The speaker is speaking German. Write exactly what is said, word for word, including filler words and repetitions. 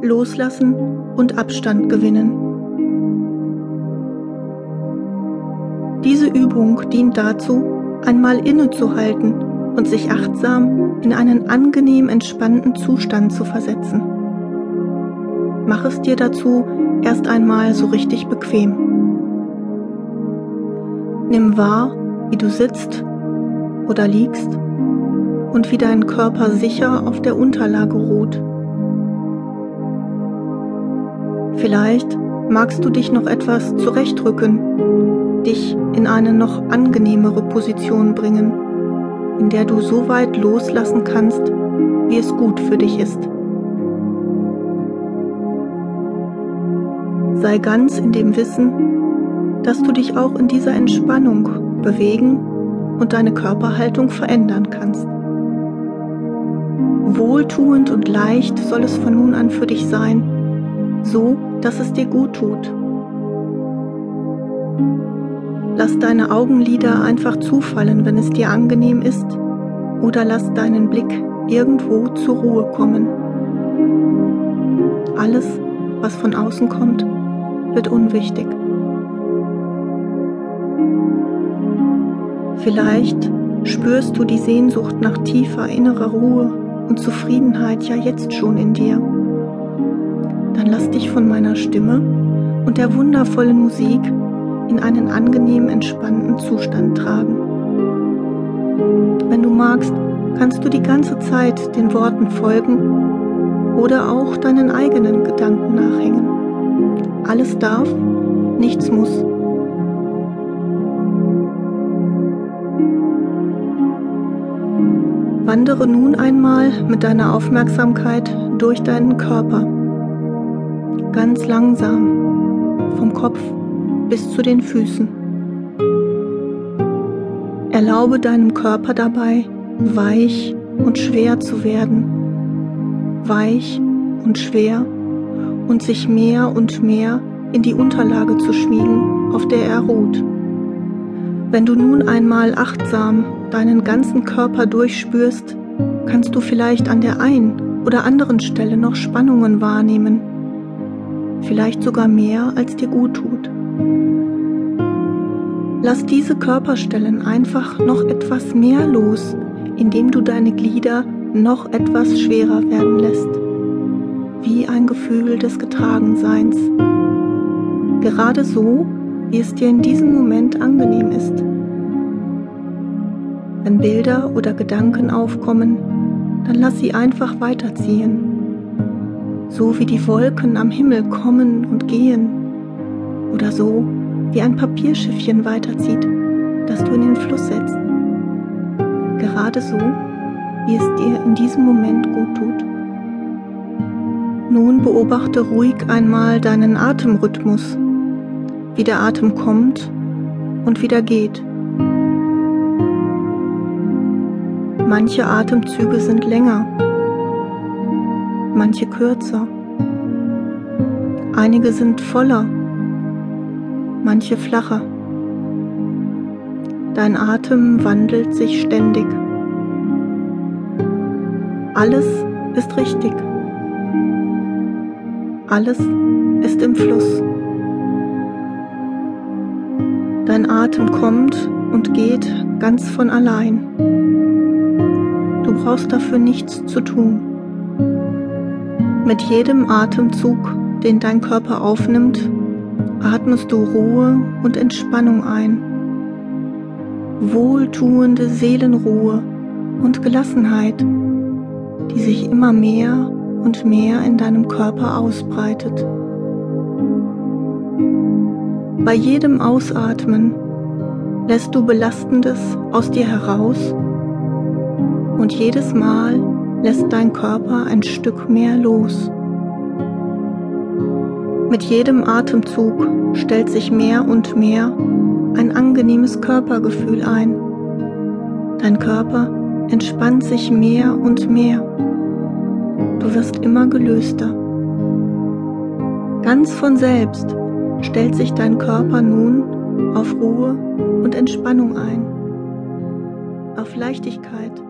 loslassen und Abstand gewinnen. Diese Übung dient dazu, einmal innezuhalten und sich achtsam in einen angenehm entspannten Zustand zu versetzen. Mach es dir dazu erst einmal so richtig bequem. Nimm wahr, wie du sitzt oder liegst und wie dein Körper sicher auf der Unterlage ruht. Vielleicht magst du dich noch etwas zurechtrücken, dich in eine noch angenehmere Position bringen, in der du so weit loslassen kannst, wie es gut für dich ist. Sei ganz in dem Wissen, dass du dich auch in dieser Entspannung bewegen und deine Körperhaltung verändern kannst. Wohltuend und leicht soll es von nun an für dich sein, so dass es dir gut tut. Lass deine Augenlider einfach zufallen, wenn es dir angenehm ist, oder lass deinen Blick irgendwo zur Ruhe kommen. Alles, was von außen kommt, wird unwichtig. Vielleicht spürst du die Sehnsucht nach tiefer innerer Ruhe und Zufriedenheit ja jetzt schon in dir. Dann lass dich von meiner Stimme und der wundervollen Musik in einen angenehm entspannten Zustand tragen. Wenn du magst, kannst du die ganze Zeit den Worten folgen oder auch deinen eigenen Gedanken nachhängen. Alles darf, nichts muss. Wandere nun einmal mit deiner Aufmerksamkeit durch deinen Körper. Ganz langsam, vom Kopf bis zu den Füßen. Erlaube deinem Körper dabei, weich und schwer zu werden. Weich und schwer und sich mehr und mehr in die Unterlage zu schmiegen, auf der er ruht. Wenn du nun einmal achtsam deinen ganzen Körper durchspürst, kannst du vielleicht an der einen oder anderen Stelle noch Spannungen wahrnehmen. Vielleicht sogar mehr, als dir gut tut. Lass diese Körperstellen einfach noch etwas mehr los, indem du deine Glieder noch etwas schwerer werden lässt. Wie ein Gefühl des Getragenseins. Gerade so, wie es dir in diesem Moment angenehm ist. Wenn Bilder oder Gedanken aufkommen, dann lass sie einfach weiterziehen. So wie die Wolken am Himmel kommen und gehen. Oder so, wie ein Papierschiffchen weiterzieht, das du in den Fluss setzt. Gerade so, wie es dir in diesem Moment gut tut. Nun beobachte ruhig einmal deinen Atemrhythmus, wie der Atem kommt und wieder geht. Manche Atemzüge sind länger, manche kürzer. Einige sind voller, manche flacher. Dein Atem wandelt sich ständig. Alles ist richtig. Alles ist im Fluss. Dein Atem kommt und geht ganz von allein. Du brauchst dafür nichts zu tun. Mit jedem Atemzug, den dein Körper aufnimmt, atmest du Ruhe und Entspannung ein. Wohltuende Seelenruhe und Gelassenheit, die sich immer mehr und mehr in deinem Körper ausbreitet. Bei jedem Ausatmen lässt du Belastendes aus dir heraus und jedes Mal lässt dein Körper ein Stück mehr los. Mit jedem Atemzug stellt sich mehr und mehr ein angenehmes Körpergefühl ein. Dein Körper entspannt sich mehr und mehr. Du wirst immer gelöster. Ganz von selbst stellt sich dein Körper nun auf Ruhe und Entspannung ein, auf Leichtigkeit